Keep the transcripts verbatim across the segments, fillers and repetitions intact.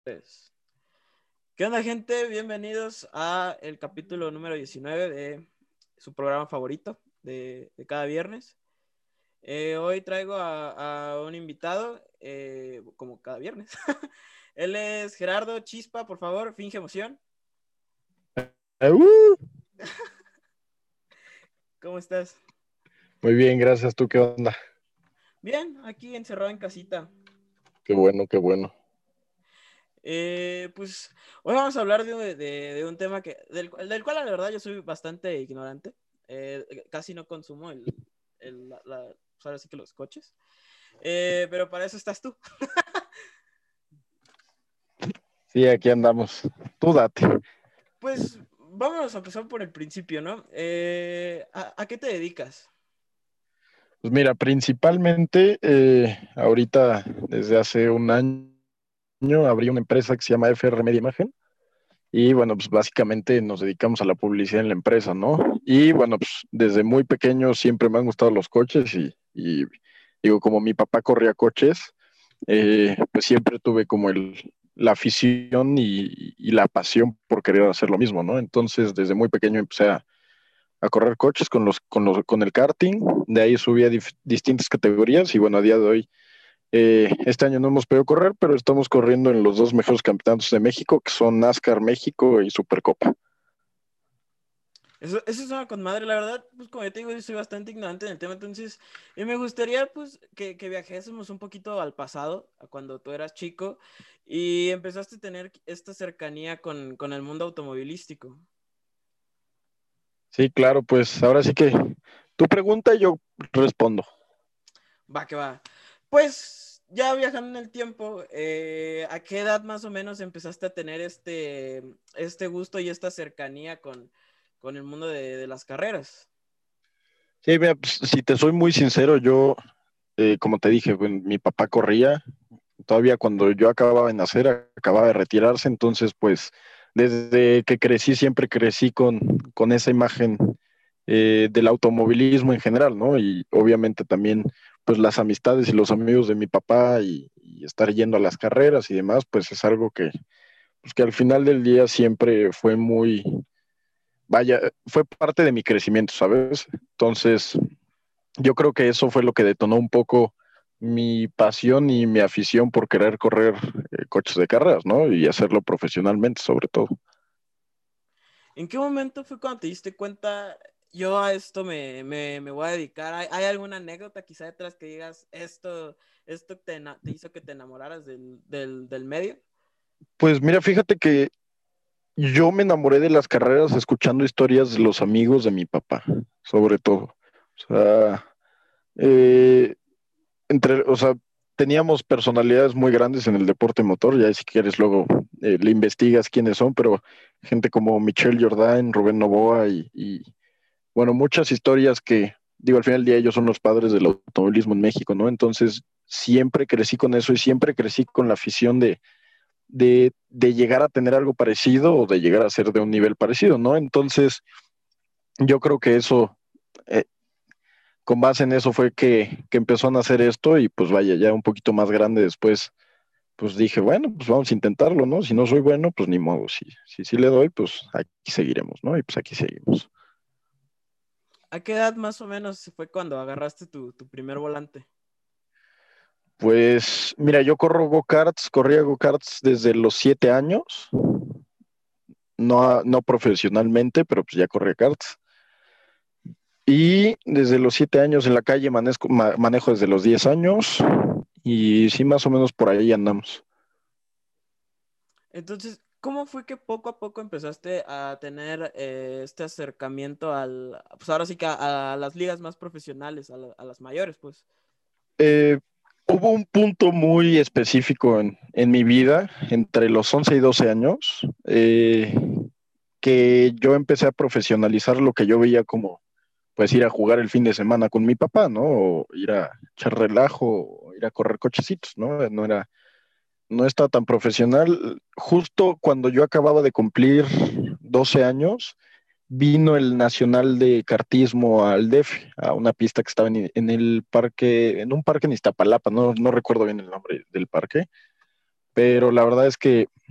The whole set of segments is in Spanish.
Pues, ¿qué onda, gente? Bienvenidos a el capítulo número diecinueve de su programa favorito de, de cada viernes. Eh, hoy traigo a, a un invitado, eh, como cada viernes. Él es Gerardo Chispa, por favor, finge emoción. Uh, uh, ¿Cómo estás? Muy bien, gracias. ¿Tú qué onda? Bien, aquí encerrado en casita. Qué bueno, qué bueno. Eh, pues hoy vamos a hablar de, de, de un tema que, del, del, cual la verdad yo soy bastante ignorante. Eh, casi no consumo el, el la, la, pues ahora sí que los coches. Eh, pero para eso estás tú. Sí, aquí andamos. Tú date. Pues vámonos a empezar por el principio, ¿no? Eh, ¿a, ¿A qué te dedicas? Pues mira, principalmente eh, ahorita desde hace un año abrí una empresa que se llama F R Media Imagen y bueno, pues básicamente nos dedicamos a la publicidad en la empresa, ¿no? Y bueno, pues desde muy pequeño siempre me han gustado los coches y, y digo, como mi papá corría coches, eh, pues siempre tuve como el, la afición y, y la pasión por querer hacer lo mismo, ¿no? Entonces desde muy pequeño empecé a a correr coches con los, con los, con el karting, de ahí subí a dif- distintas categorías y bueno, a día de hoy, eh, este año no hemos podido correr, pero estamos corriendo en los dos mejores campeonatos de México, que son NASCAR México y Supercopa. Eso, eso suena con madre, la verdad, pues como yo te digo, yo soy bastante ignorante en el tema, entonces y me gustaría pues que, que viajésemos un poquito al pasado, a cuando tú eras chico y empezaste a tener esta cercanía con, con el mundo automovilístico. Sí, claro, pues ahora sí que tu pregunta y yo respondo. Va que va. Pues ya viajando en el tiempo, eh, ¿a qué edad más o menos empezaste a tener este, este gusto y esta cercanía con, con el mundo de, de las carreras? Sí, mira, pues, si te soy muy sincero, yo, eh, como te dije, bueno, mi papá corría, todavía cuando yo acababa de nacer, acababa de retirarse, entonces pues desde que crecí siempre crecí con, con esa imagen eh, del automovilismo en general, ¿no? Y obviamente también pues las amistades y los amigos de mi papá y, y estar yendo a las carreras y demás, pues es algo que, pues, que al final del día siempre fue muy, vaya, fue parte de mi crecimiento, ¿sabes? Entonces yo creo que eso fue lo que detonó un poco mi pasión y mi afición por querer correr eh, coches de carreras, ¿no? Y hacerlo profesionalmente, sobre todo. ¿En qué momento fue cuando te diste cuenta, yo a esto me, me, me voy a dedicar? ¿Hay, hay alguna anécdota quizá detrás que digas, esto, esto te, ena- te hizo que te enamoraras del, del, del medio? Pues mira, fíjate que yo me enamoré de las carreras escuchando historias de los amigos de mi papá, sobre todo. O sea, eh, entre, o sea, teníamos personalidades muy grandes en el deporte motor, ya si quieres luego eh, le investigas quiénes son, pero gente como Michelle Jordan, Rubén Novoa y, y, bueno, muchas historias que, digo, al final del día ellos son los padres del automovilismo en México, ¿no? Entonces, siempre crecí con eso y siempre crecí con la afición de, de, de llegar a tener algo parecido o de llegar a ser de un nivel parecido, ¿no? Entonces, yo creo que eso, eh, con base en eso fue que, que empezó a nacer esto y pues vaya, ya un poquito más grande después, pues dije, bueno, pues vamos a intentarlo, ¿no? Si no soy bueno, pues ni modo, si, si, si le doy, pues aquí seguiremos, ¿no? Y pues aquí seguimos. ¿A qué edad más o menos fue cuando agarraste tu, tu primer volante? Pues mira, yo corro go-karts, corría go-karts desde los siete años, no, no profesionalmente, pero pues ya corría karts. Y desde los siete años en la calle manejo, ma- manejo desde los diez años y sí, más o menos por ahí andamos. Entonces, ¿cómo fue que poco a poco empezaste a tener eh, este acercamiento al, pues ahora sí que a, a las ligas más profesionales, a, la- a las mayores, pues? Eh, Hubo un punto muy específico en, en mi vida, entre los once y doce años, eh, que yo empecé a profesionalizar lo que yo veía como, pues, ir a jugar el fin de semana con mi papá, ¿no? O ir a echar relajo, o ir a correr cochecitos, ¿no? No era, no estaba tan profesional. Justo cuando yo acababa de cumplir doce años, vino el Nacional de Kartismo al D F, a una pista que estaba en, en el parque, en un parque en Iztapalapa, no, no recuerdo bien el nombre del parque, pero la verdad es que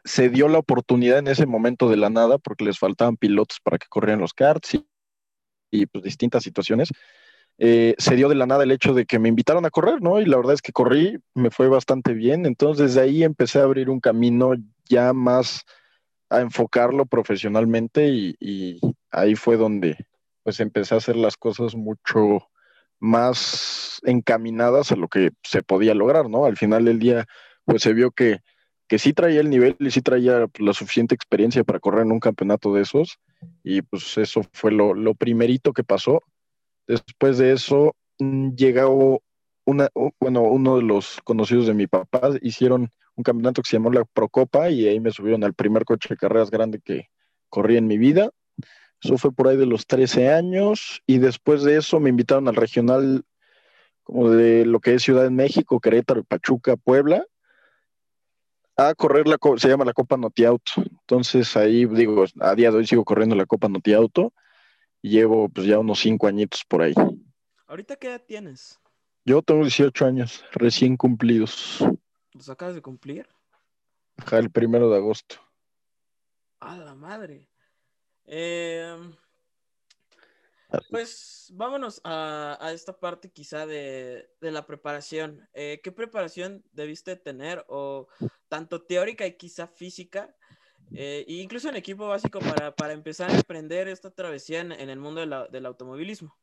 se dio la oportunidad en ese momento de la nada, porque les faltaban pilotos para que corrieran los karts y, y pues distintas situaciones. Eh, se dio de la nada el hecho de que me invitaron a correr, ¿no? Y la verdad es que corrí, me fue bastante bien. Entonces, desde ahí empecé a abrir un camino ya más a enfocarlo profesionalmente y, y ahí fue donde pues empecé a hacer las cosas mucho más encaminadas a lo que se podía lograr, ¿no? Al final del día, pues se vio que, que sí traía el nivel y sí traía pues, la suficiente experiencia para correr en un campeonato de esos y pues eso fue lo, lo primerito que pasó. Después de eso, mm, llegó una, u- bueno, uno de los conocidos de mi papá, hicieron un campeonato que se llamó la Procopa y ahí me subieron al primer coche de carreras grande que corrí en mi vida. Eso fue por ahí de los trece años y después de eso me invitaron al regional como de lo que es Ciudad de México, Querétaro, Pachuca, Puebla, a correr la, co- se llama la Copa Noti Auto. Entonces ahí digo, a día de hoy sigo corriendo la Copa Noti Auto y llevo pues ya unos cinco añitos por ahí. ¿Ahorita qué edad tienes? Yo tengo dieciocho años, recién cumplidos. ¿Los acabas de cumplir? Ajá, el primero de agosto. ¡A la madre! Eh, pues vámonos a, a esta parte quizá de, de la preparación. Eh, ¿qué preparación debiste tener? O tanto teórica y quizá física, eh, e incluso en equipo básico para, para empezar a emprender esta travesía en, en el mundo de la- del automovilismo.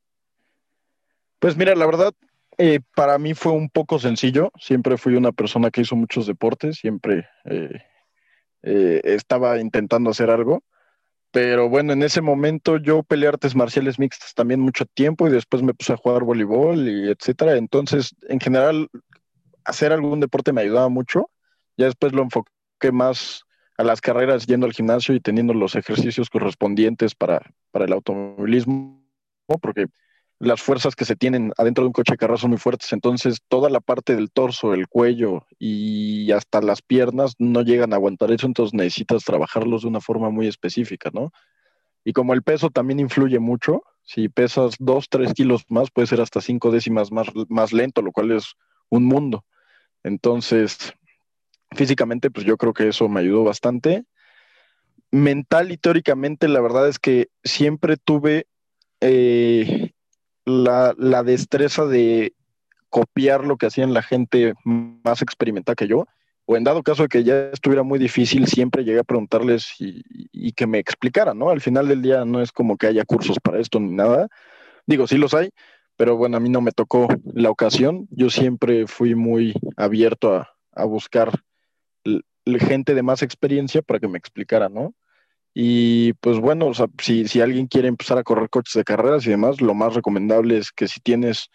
Pues mira, la verdad, eh, para mí fue un poco sencillo. Siempre fui una persona que hizo muchos deportes, siempre eh, eh, estaba intentando hacer algo. Pero bueno, en ese momento yo peleé artes marciales mixtas también mucho tiempo y después me puse a jugar voleibol y etcétera. Entonces, en general, hacer algún deporte me ayudaba mucho. Ya después lo enfoqué más a las carreras yendo al gimnasio y teniendo los ejercicios correspondientes para, para el automovilismo, porque las fuerzas que se tienen adentro de un coche de carrera son muy fuertes, entonces toda la parte del torso, el cuello y hasta las piernas no llegan a aguantar eso, entonces necesitas trabajarlos de una forma muy específica, ¿no? Y como el peso también influye mucho, si pesas dos, tres kilos más, puede ser hasta cinco décimas más, más lento, lo cual es un mundo. Entonces, físicamente, pues yo creo que eso me ayudó bastante. Mental y teóricamente, la verdad es que siempre tuve eh, la, la destreza de copiar lo que hacían la gente más experimentada que yo, o en dado caso de que ya estuviera muy difícil, siempre llegué a preguntarles y, y que me explicaran, ¿no? Al final del día no es como que haya cursos para esto ni nada, digo, sí los hay, pero bueno, a mí no me tocó la ocasión, yo siempre fui muy abierto a, a buscar l- gente de más experiencia para que me explicara, ¿no? Y pues bueno, o sea, si, si alguien quiere empezar a correr coches de carreras y demás, lo más recomendable es que si tienes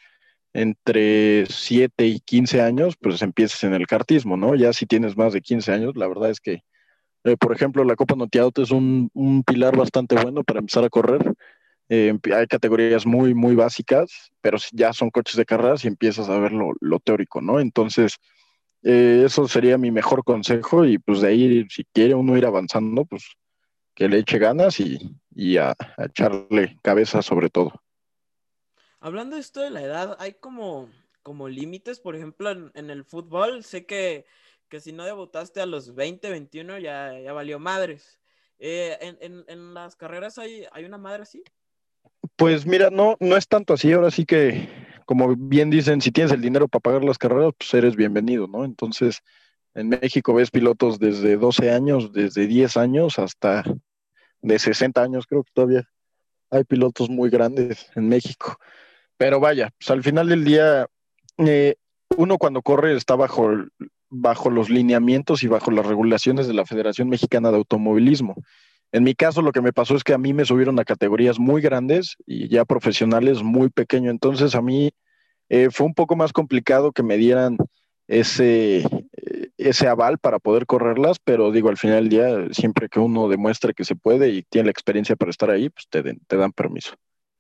entre siete y quince años, pues empieces en el kartismo, ¿no? Ya si tienes más de quince años, la verdad es que, eh, por ejemplo, la Copa Notiauto es un, un pilar bastante bueno para empezar a correr. Eh, hay categorías muy, muy básicas, pero si ya son coches de carreras y empiezas a ver lo, lo teórico, ¿no? Entonces, eh, eso sería mi mejor consejo y pues de ahí, si quiere uno ir avanzando, pues que le eche ganas y, y a, a echarle cabeza sobre todo. Hablando de esto de la edad, hay como, como límites, por ejemplo, en, en el fútbol, sé que, que si no debutaste a los veinte, veintiuno, ya, ya valió madres. Eh, en, en, en las carreras hay, hay una madre así. Pues mira, no, no es tanto así, ahora sí que, como bien dicen, si tienes el dinero para pagar las carreras, pues eres bienvenido, ¿no? Entonces, en México ves pilotos desde doce años, desde diez años hasta de sesenta años, creo que todavía hay pilotos muy grandes en México. Pero vaya, pues al final del día, eh, uno cuando corre está bajo, bajo los lineamientos y bajo las regulaciones de la Federación Mexicana de Automovilismo. En mi caso, lo que me pasó es que a mí me subieron a categorías muy grandes y ya profesionales muy pequeños. Entonces, a mí eh, fue un poco más complicado que me dieran ese, eh, ese aval para poder correrlas, pero digo, al final del día, siempre que uno demuestre que se puede y tiene la experiencia para estar ahí, pues te, den- te dan permiso.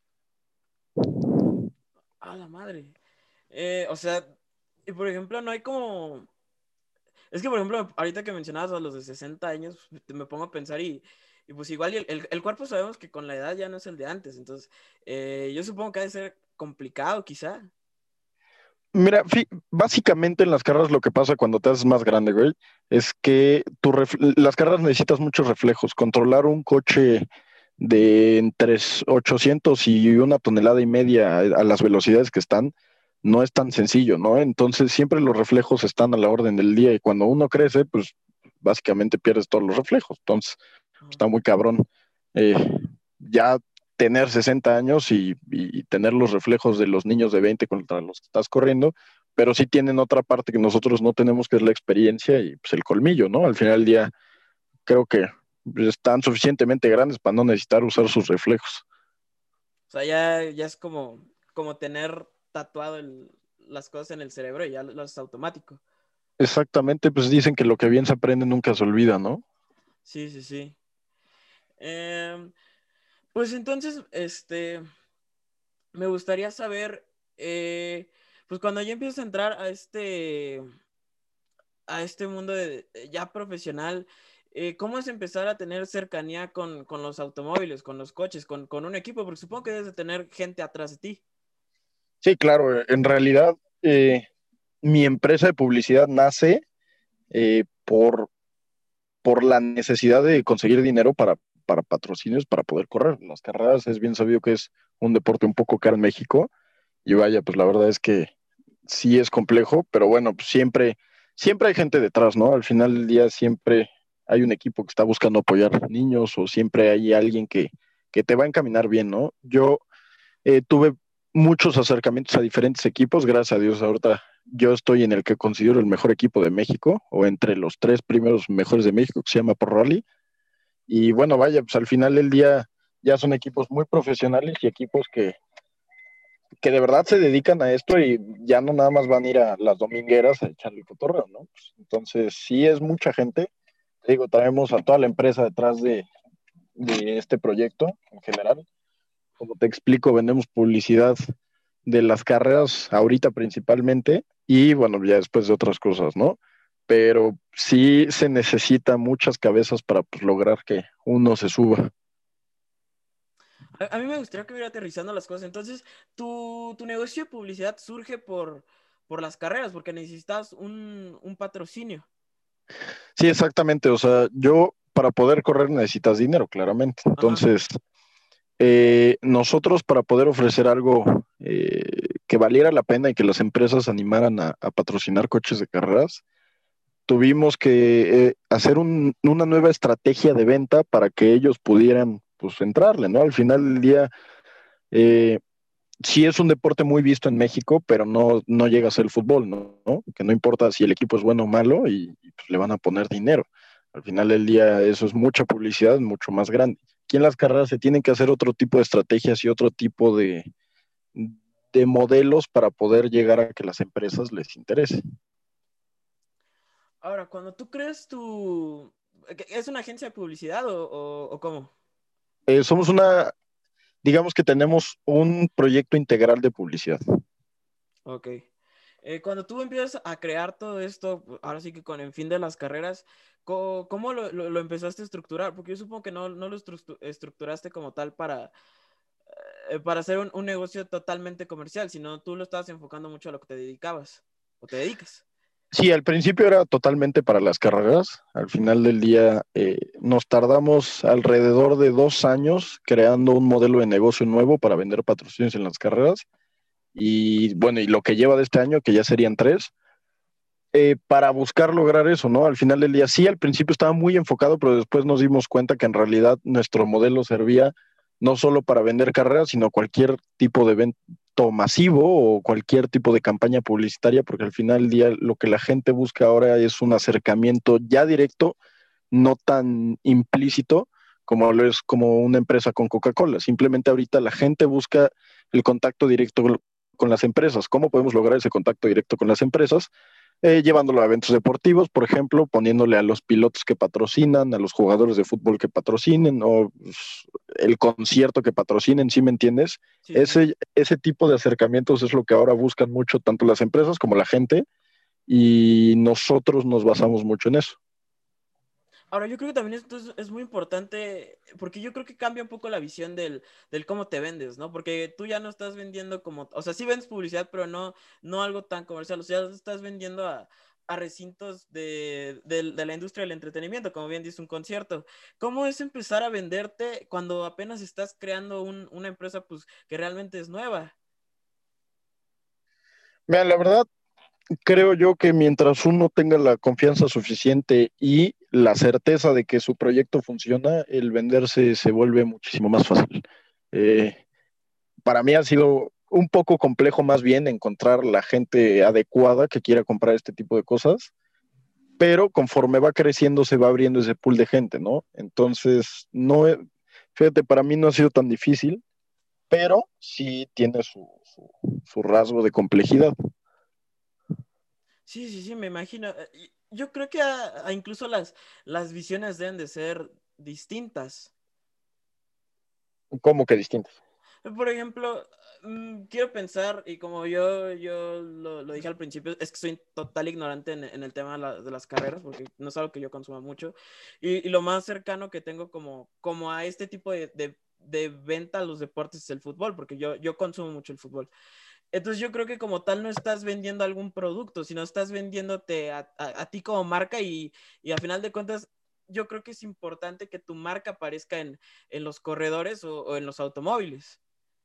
A la madre. Eh, o sea, y por ejemplo, no hay como... Es que, por ejemplo, ahorita que mencionabas a los de sesenta años, me pongo a pensar y, y pues igual y el, el, el cuerpo sabemos que con la edad ya no es el de antes. Entonces, eh, yo supongo que ha de ser complicado quizá. Mira, fi- básicamente en las carreras lo que pasa cuando te haces más grande, güey, es que tu ref- las carreras necesitas muchos reflejos. Controlar un coche de entre ochocientos y una tonelada y media a, a las velocidades que están, no es tan sencillo, ¿no? Entonces siempre los reflejos están a la orden del día y cuando uno crece, pues básicamente pierdes todos los reflejos. Entonces Ajá. está muy cabrón. Eh, ya tener sesenta años y, y tener los reflejos de los niños de veinte contra los que estás corriendo, pero sí tienen otra parte que nosotros no tenemos, que es la experiencia y pues el colmillo, ¿no? Al final del día creo que están suficientemente grandes para no necesitar usar sus reflejos. O sea, ya, ya es como, como tener tatuado el- las cosas en el cerebro y ya lo, lo haces automático. Exactamente, pues dicen que lo que bien se aprende nunca se olvida, ¿no? Sí, sí, sí. Em, pues entonces, este, me gustaría saber, eh, pues cuando ya empiezas a entrar a este, a este mundo de, ya profesional, eh, ¿cómo es empezar a tener cercanía con, con los automóviles, con los coches, con, con un equipo? Porque supongo que debes de tener gente atrás de ti. Sí, claro, en realidad eh, mi empresa de publicidad nace eh, por, por la necesidad de conseguir dinero para, para patrocinios para poder correr. Las carreras es bien sabido que es un deporte un poco caro en México y vaya, pues la verdad es que sí es complejo, pero bueno, pues siempre, siempre hay gente detrás, ¿no? Al final del día siempre hay un equipo que está buscando apoyar niños o siempre hay alguien que, que te va a encaminar bien, ¿no? Yo eh, tuve muchos acercamientos a diferentes equipos, gracias a Dios ahorita yo estoy en el que considero el mejor equipo de México o entre los tres primeros mejores de México, que se llama Pro Rally. Y bueno, vaya, pues al final del día ya son equipos muy profesionales y equipos que, que de verdad se dedican a esto y ya no nada más van a ir a las domingueras a echarle el cotorreo, ¿no? Pues, entonces, sí es mucha gente. Te digo, traemos a toda la empresa detrás de, de este proyecto en general. Como te explico, vendemos publicidad de las carreras ahorita principalmente y bueno, ya después de otras cosas, ¿no? Pero sí se necesita muchas cabezas para pues, lograr que uno se suba. A, a mí me gustaría que hubiera aterrizando las cosas. Entonces, tu, tu negocio de publicidad surge por, por las carreras, porque necesitas un, un patrocinio. Sí, exactamente. O sea, yo para poder correr necesitas dinero, claramente. Ajá. Entonces, eh, nosotros para poder ofrecer algo eh, que valiera la pena y que las empresas animaran a, a patrocinar coches de carreras, tuvimos que eh, hacer un, una nueva estrategia de venta para que ellos pudieran pues entrarle, ¿no? Al final del día, eh, sí es un deporte muy visto en México, pero no, no llega a ser el fútbol, ¿no? ¿No? Que no importa si el equipo es bueno o malo y, y, pues, le van a poner dinero. Al final del día eso es mucha publicidad, mucho más grande. Aquí en las carreras se tienen que hacer otro tipo de estrategias y otro tipo de, de modelos para poder llegar a que las empresas les interese. Ahora, cuando tú crees tu... ¿Es una agencia de publicidad o, o, o cómo? Eh, somos una, digamos que tenemos un proyecto integral de publicidad. Ok. Eh, cuando tú empiezas a crear todo esto, ahora sí que con el fin de las carreras, ¿cómo, cómo lo, lo, lo, empezaste a estructurar? Porque yo supongo que no, no lo estructuraste como tal para, eh, para hacer un, un, negocio totalmente comercial, sino tú lo estabas enfocando mucho a lo que te dedicabas o te dedicas. Sí, al principio era totalmente para las carreras. Al final del día eh, nos tardamos alrededor de dos años creando un modelo de negocio nuevo para vender patrocinios en las carreras. Y bueno, y lo que lleva de este año, que ya serían tres, eh, para buscar lograr eso, ¿no? Al final del día, sí, al principio estaba muy enfocado, pero después nos dimos cuenta que en realidad nuestro modelo servía no solo para vender carreras, sino cualquier tipo de evento masivo o cualquier tipo de campaña publicitaria, porque al final del día lo que la gente busca ahora es un acercamiento ya directo, no tan implícito como lo es como una empresa con Coca-Cola. Simplemente ahorita la gente busca el contacto directo con las empresas. ¿Cómo podemos lograr ese contacto directo con las empresas? Eh, llevándolo a eventos deportivos, por ejemplo, poniéndole a los pilotos que patrocinan, a los jugadores de fútbol que patrocinen, o pues, el concierto que patrocinen, ¿sí me entiendes? Sí, sí. Ese, ese tipo de acercamientos es lo que ahora buscan mucho tanto las empresas como la gente, y nosotros nos basamos mucho en eso. Ahora, yo creo que también esto es, es muy importante, porque yo creo que cambia un poco la visión del, del cómo te vendes, ¿no? Porque tú ya no estás vendiendo como, o sea, sí vendes publicidad, pero no, no algo tan comercial, o sea, estás vendiendo a, a recintos de, de, de la industria del entretenimiento, como bien dice un concierto. ¿Cómo es empezar a venderte cuando apenas estás creando un, una empresa, pues, que realmente es nueva? Mira, la verdad, creo yo que mientras uno tenga la confianza suficiente y la certeza de que su proyecto funciona, el venderse se vuelve muchísimo más fácil. Eh, para mí ha sido un poco complejo más bien encontrar la gente adecuada que quiera comprar este tipo de cosas, pero conforme va creciendo se va abriendo ese pool de gente, ¿no? Entonces, no, fíjate, para mí no ha sido tan difícil, pero sí tiene su, su, su rasgo de complejidad. Sí, sí, sí, me imagino. Eh, y Yo creo que a- a incluso las, las visiones deben de ser distintas. ¿Cómo que distintas? Por ejemplo, mm, quiero pensar, y como yo, yo lo, lo dije al principio, es que soy total ignorante en, en el tema de, la- de las carreras, porque no es algo que yo consuma mucho. Y, y lo más cercano que tengo como, como a este tipo de, de, de venta a los deportes es el fútbol, porque yo, yo consumo mucho el fútbol. Entonces yo creo que como tal no estás vendiendo algún producto, sino estás vendiéndote a, a, a ti como marca y, y a final de cuentas yo creo que es importante que tu marca aparezca en, en los corredores o, o en los automóviles.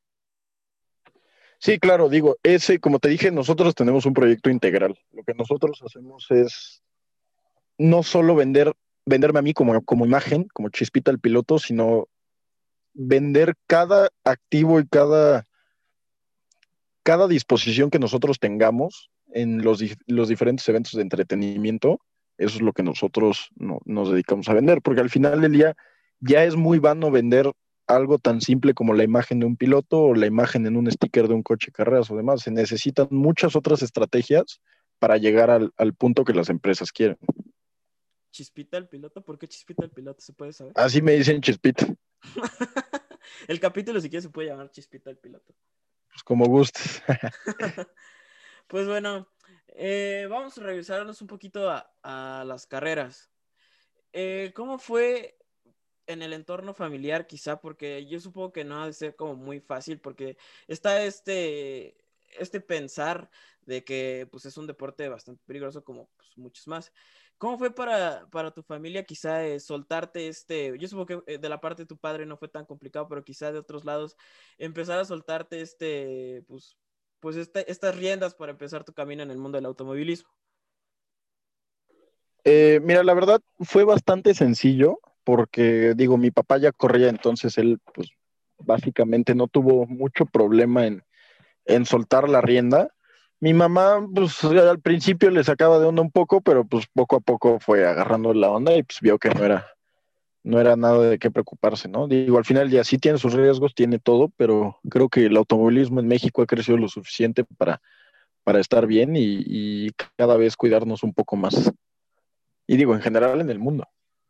Sí, claro, digo, ese, como te dije, nosotros tenemos un proyecto integral. Lo que nosotros hacemos es no solo vender, venderme a mí como, como imagen, como chispita el piloto, sino vender cada activo y cada, cada disposición que nosotros tengamos en los, di- los diferentes eventos de entretenimiento. Eso es lo que nosotros no, nos dedicamos a vender, porque al final del día ya es muy vano vender algo tan simple como la imagen de un piloto o la imagen en un sticker de un coche de carreras o demás. Se necesitan muchas otras estrategias para llegar al, al punto que las empresas quieren. Chispita el piloto, ¿por qué Chispita el piloto? ¿Se puede saber? Así me dicen Chispita, El capítulo si quieres se puede llamar Chispita el piloto. pues como gustes. Pues bueno, eh, vamos a revisarnos un poquito a, a las carreras. Eh, ¿Cómo fue en el entorno familiar quizá? Porque yo supongo que no ha de ser como muy fácil porque está este, este pensar de que pues es un deporte bastante peligroso como pues, muchos más. ¿Cómo fue para, para tu familia quizá eh, soltarte este, yo supongo que eh, de la parte de tu padre no fue tan complicado, pero quizá de otros lados empezar a soltarte este, pues, pues este, estas riendas para empezar tu camino en el mundo del automovilismo? Eh, mira, la verdad fue bastante sencillo porque, digo, mi papá ya corría, entonces él, pues, básicamente no tuvo mucho problema en, en soltar la rienda. Mi mamá, pues, al principio le sacaba de onda un poco, pero pues poco a poco fue agarrando la onda y pues vio que no era, no era nada de qué preocuparse, ¿no? Digo, al final ya sí tiene sus riesgos, tiene todo, pero creo que el automovilismo en México ha crecido lo suficiente para, para estar bien y, y cada vez cuidarnos un poco más. Y digo, en general en el mundo.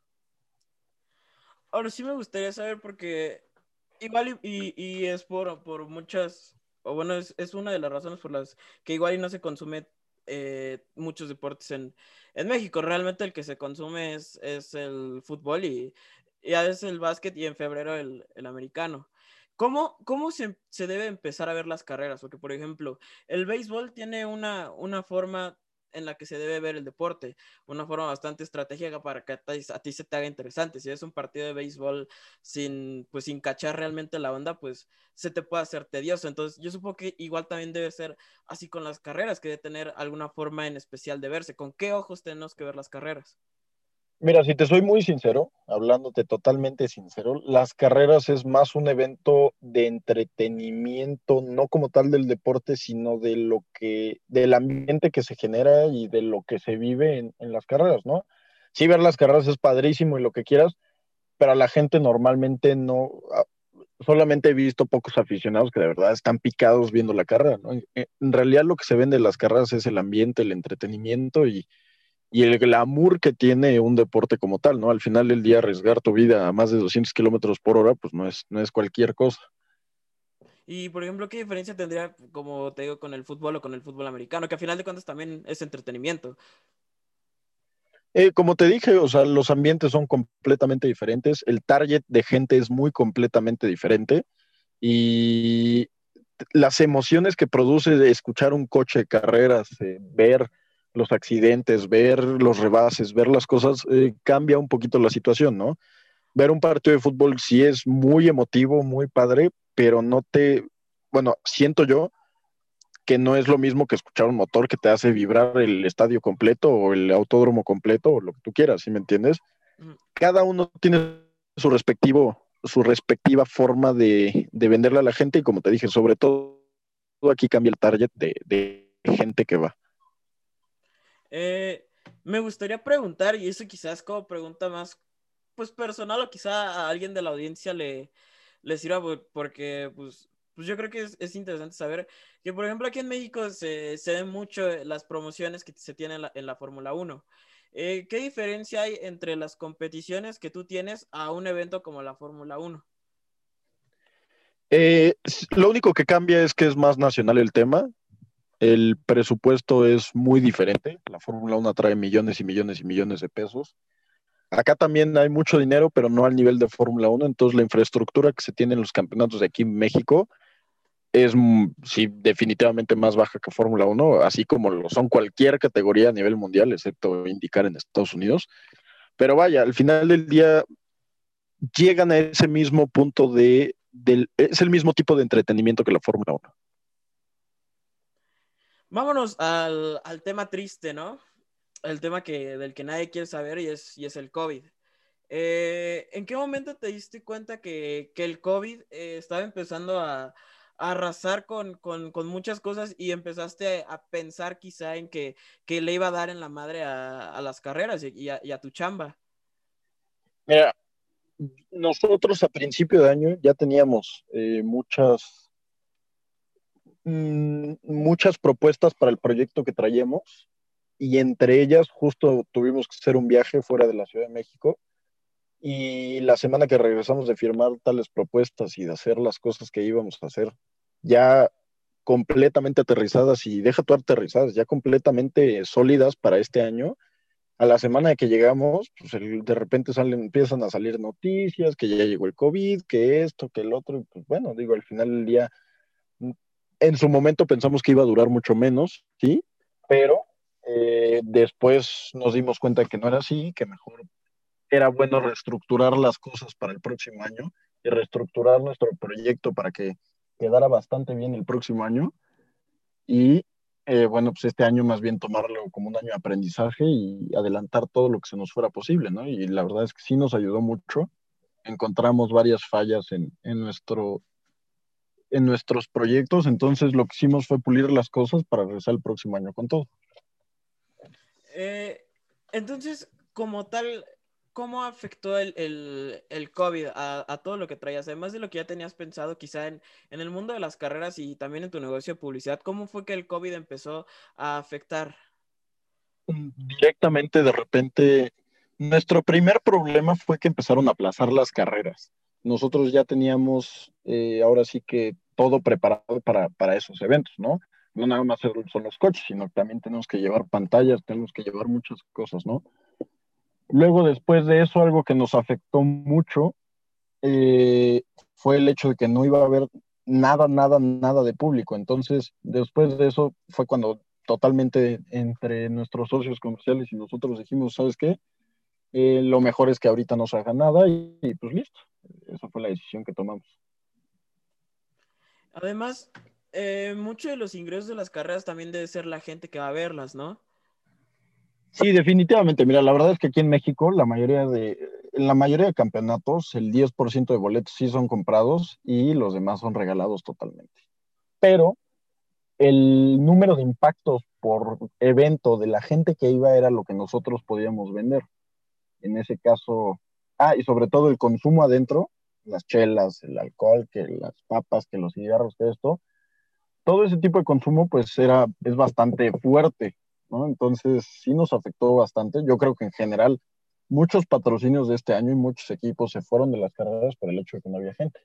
Ahora sí me gustaría saber porque igual y, y- y es por, por muchas, o bueno, es, es una de las razones por las que igual y no se consume eh, muchos deportes en, en México. Realmente el que se consume es, es el fútbol y ya es el básquet y en febrero el, el americano. ¿Cómo, cómo se, se debe empezar a ver las carreras? Porque, por ejemplo, el béisbol tiene una, una forma en la que se debe ver el deporte, una forma bastante estratégica para que a ti, a ti se te haga interesante. Si es un partido de béisbol sin, pues, sin cachar realmente la onda, pues se te puede hacer tedioso. Entonces, yo supongo que igual también debe ser así con las carreras, que debe tener alguna forma en especial de verse. ¿Con qué ojos tenemos que ver las carreras? Mira, si te soy muy sincero, hablándote totalmente sincero, las carreras es más un evento de entretenimiento, no como tal del deporte, sino de lo que, del ambiente que se genera y de lo que se vive en, en las carreras, ¿no? Sí, ver las carreras es padrísimo y lo que quieras, pero a la gente normalmente no, a- solamente he visto pocos aficionados que de verdad están picados viendo la carrera, ¿no? En, en realidad lo que se ve de las carreras es el ambiente, el entretenimiento y y el glamour que tiene un deporte como tal, ¿no? Al final del día, arriesgar tu vida a más de doscientos kilómetros por hora, pues no es, no es cualquier cosa. Y, por ejemplo, ¿qué diferencia tendría, como te digo, con el fútbol o con el fútbol americano? Que a final de cuentas también es entretenimiento. Eh, como te dije, o sea, los ambientes son completamente diferentes, el target de gente es muy completamente diferente y las emociones que produce de escuchar un coche de carreras, eh, ver los accidentes, ver los rebases, ver las cosas, eh, cambia un poquito la situación, ¿no? Ver un partido de fútbol sí es muy emotivo, muy padre, pero no te, bueno, siento yo que no es lo mismo que escuchar un motor que te hace vibrar el estadio completo o el autódromo completo o lo que tú quieras, ¿sí me entiendes? Ujú. Cada uno tiene su respectivo, su respectiva forma de, de venderle a la gente y como te dije, sobre todo aquí cambia el target de, de gente que va. Eh, Me gustaría preguntar, y eso quizás como pregunta más pues personal o quizá a alguien de la audiencia le, le sirva por- porque pues, pues yo creo que es, es interesante saber que por ejemplo aquí en México se, se ven mucho las promociones que se tienen en la, en la Fórmula uno. Eh, ¿qué diferencia hay entre las competiciones que tú tienes a un evento como la Fórmula uno? Eh, lo único que cambia es que es más nacional el tema. El presupuesto es muy diferente. La Fórmula uno trae millones y millones y millones de pesos. Acá también hay mucho dinero, pero no al nivel de Fórmula uno. Entonces, la infraestructura que se tiene en los campeonatos de aquí en México es, mm, sí, definitivamente más baja que Fórmula uno, así como lo son cualquier categoría a nivel mundial, excepto indicar en Estados Unidos. Pero vaya, al final del día llegan a ese mismo punto de, del, es el mismo tipo de entretenimiento que la Fórmula uno. Vámonos al, al tema triste, ¿no? El tema que, del que nadie quiere saber y es, y es el COVID. Eh, ¿en qué momento te diste cuenta que, que el COVID eh, estaba empezando a, a arrasar con, con, con, muchas cosas y empezaste a pensar quizá en que, que le iba a dar en la madre a, a las carreras y, y, a, y a tu chamba? Mira, nosotros a principio de año ya teníamos eh, muchas, mm, muchas propuestas para el proyecto que traíamos y entre ellas justo tuvimos que hacer un viaje fuera de la Ciudad de México y la semana que regresamos de firmar tales propuestas y de hacer las cosas que íbamos a hacer ya completamente aterrizadas y deja tú aterrizadas, ya completamente sólidas para este año. A la semana de que llegamos, pues el, de repente salen, empiezan a salir noticias, que ya llegó el COVID, que esto, que el otro, y pues bueno, digo, al final del día, en su momento pensamos que iba a durar mucho menos, ¿sí? Pero eh, después nos dimos cuenta que no era así, que mejor era bueno reestructurar las cosas para el próximo año y reestructurar nuestro proyecto para que quedara bastante bien el próximo año. Y eh, bueno, pues este año más bien tomarlo como un año de aprendizaje y adelantar todo lo que se nos fuera posible, ¿no? Y la verdad es que sí nos ayudó mucho. Encontramos varias fallas en, en nuestro, en nuestros proyectos, entonces lo que hicimos fue pulir las cosas para regresar el próximo año con todo. Eh, entonces, como tal, ¿cómo afectó el, el, el COVID a, a, todo lo que traías? Además de lo que ya tenías pensado quizá en, en el mundo de las carreras y también en tu negocio de publicidad, ¿cómo fue que el COVID empezó a afectar? Directamente, de repente, nuestro primer problema fue que empezaron a aplazar las carreras. Nosotros ya teníamos, eh, ahora sí que todo preparado para, para esos eventos, ¿no? No nada más son los coches, sino que también tenemos que llevar pantallas, tenemos que llevar muchas cosas, ¿no? Luego, después de eso, algo que nos afectó mucho eh, fue el hecho de que no iba a haber nada, nada, nada de público. Entonces, después de eso fue cuando totalmente entre nuestros socios comerciales y nosotros dijimos, ¿sabes qué? Eh, lo mejor es que ahorita no se haga nada y, y pues listo. Esa fue la decisión que tomamos. Además, eh, mucho de los ingresos de las carreras también debe ser la gente que va a verlas, ¿no? Sí, definitivamente. Mira, la verdad es que aquí en México, la mayoría de, en la mayoría de campeonatos, el diez por ciento de boletos sí son comprados y los demás son regalados totalmente. Pero el número de impactos por evento de la gente que iba era lo que nosotros podíamos vender. En ese caso, ah, y sobre todo el consumo adentro, las chelas, el alcohol, que las papas, que los cigarros, que esto, todo ese tipo de consumo pues era, es bastante fuerte, ¿no? Entonces sí nos afectó bastante. Yo creo que en general muchos patrocinios de este año y muchos equipos se fueron de las carreras por el hecho de que no había gente.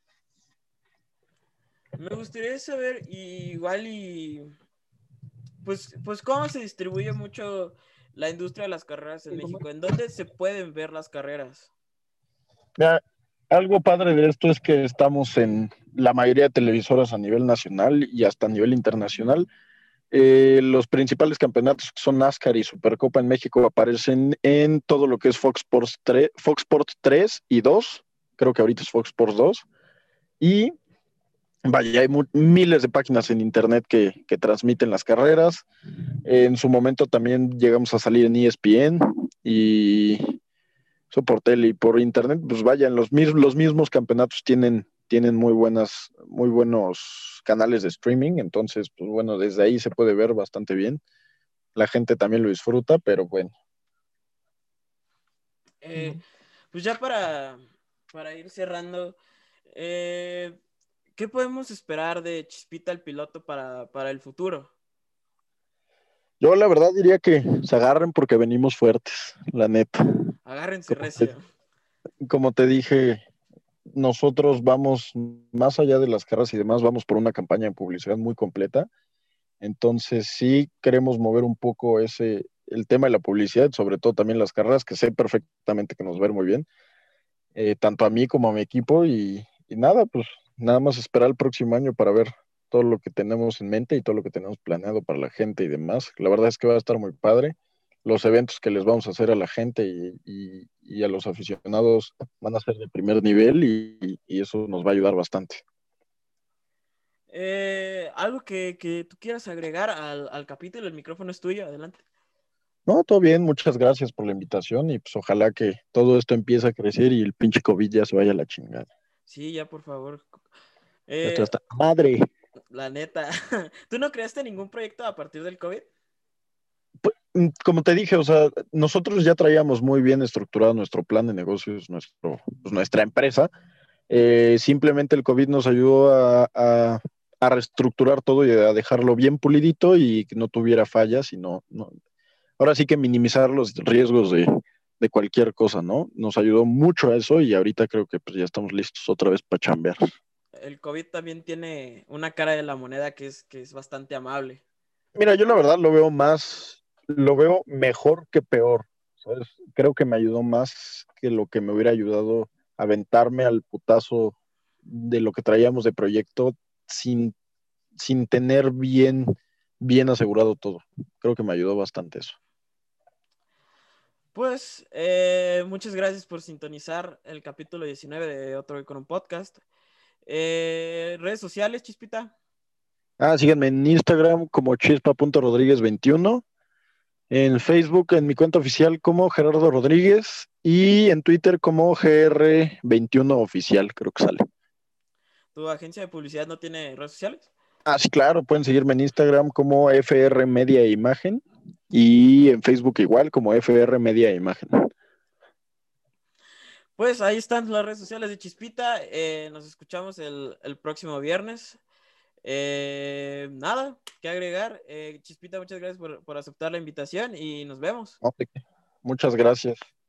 Me gustaría saber igual y pues, pues cómo se distribuye mucho la industria de las carreras en México. ¿En dónde se pueden ver las carreras? Mira, algo padre de esto es que estamos en la mayoría de televisoras a nivel nacional y hasta a nivel internacional. Eh, los principales campeonatos que son NASCAR y Supercopa en México aparecen en todo lo que es Fox Sports tres, Fox Sports tres y dos. Creo que ahorita es Fox Sports dos. Y vaya, hay mu- miles de páginas en internet que, que transmiten las carreras. En su momento también llegamos a salir en E S P N y eso por tele y por internet, pues vayan, los, mis- los mismos campeonatos tienen, tienen muy buenas, muy buenos canales de streaming, entonces, pues bueno, desde ahí se puede ver bastante bien. La gente también lo disfruta, pero bueno. Eh, pues ya para, para ir cerrando, eh, ¿qué podemos esperar de Chispita el piloto para, para el futuro? Yo la verdad diría que se agarren porque venimos fuertes, la neta. Agárrense Como te, recio. como te dije, nosotros vamos más allá de las carreras y demás, vamos por una campaña de publicidad muy completa. Entonces sí queremos mover un poco ese, el tema de la publicidad, sobre todo también las carreras, que sé perfectamente que nos va a ver muy bien, eh, tanto a mí como a mi equipo. Y, y nada, pues nada más esperar el próximo año para ver todo lo que tenemos en mente y todo lo que tenemos planeado para la gente y demás. La verdad es que va a estar muy padre. Los eventos que les vamos a hacer a la gente y, y- y a los aficionados van a ser de primer nivel y, y eso nos va a ayudar bastante. Eh, algo que, que tú quieras agregar al, al capítulo, el micrófono es tuyo, adelante. No, todo bien, muchas gracias por la invitación y pues ojalá que todo esto empiece a crecer y el pinche COVID ya se vaya a la chingada. Sí, ya por favor. Ya estoy Eh, hasta madre. la neta, ¿tú no creaste ningún proyecto a partir del COVID? Pues, mm, como te dije, o sea, nosotros ya traíamos muy bien estructurado nuestro plan de negocios, nuestro, pues, nuestra empresa. Eh, simplemente el COVID nos ayudó a, a- a reestructurar todo y a dejarlo bien pulidito y que no tuviera fallas y no, no- ahora sí que minimizar los riesgos de, de cualquier cosa, ¿no? Nos ayudó mucho a eso y ahorita creo que pues, ya estamos listos otra vez para chambear. El COVID también tiene una cara de la moneda que es, que es bastante amable. Mira, yo la verdad lo veo más, lo veo mejor que peor, ¿sabes? Creo que me ayudó más que lo que me hubiera ayudado a aventarme al putazo de lo que traíamos de proyecto sin, sin tener bien, bien asegurado todo. Creo que me ayudó bastante eso. Pues eh, muchas gracias por sintonizar el capítulo diecinueve de Otro Hoy con un Podcast. Eh, redes sociales, Chispita. Ah, síganme en Instagram como chispa punto rodríguez veintiuno, en Facebook en mi cuenta oficial como Gerardo Rodríguez y en Twitter como G R veintiuno oficial, creo que sale. ¿Tu agencia de publicidad no tiene redes sociales? Ah, sí, claro, pueden seguirme en Instagram como F R Media e Imagen y en Facebook igual como F R Media e Imagen. Pues ahí están las redes sociales de Chispita. Eh, nos escuchamos el, el próximo viernes. Eh, nada que agregar. Eh, Chispita, muchas gracias por, por aceptar la invitación y nos vemos. No, muchas gracias.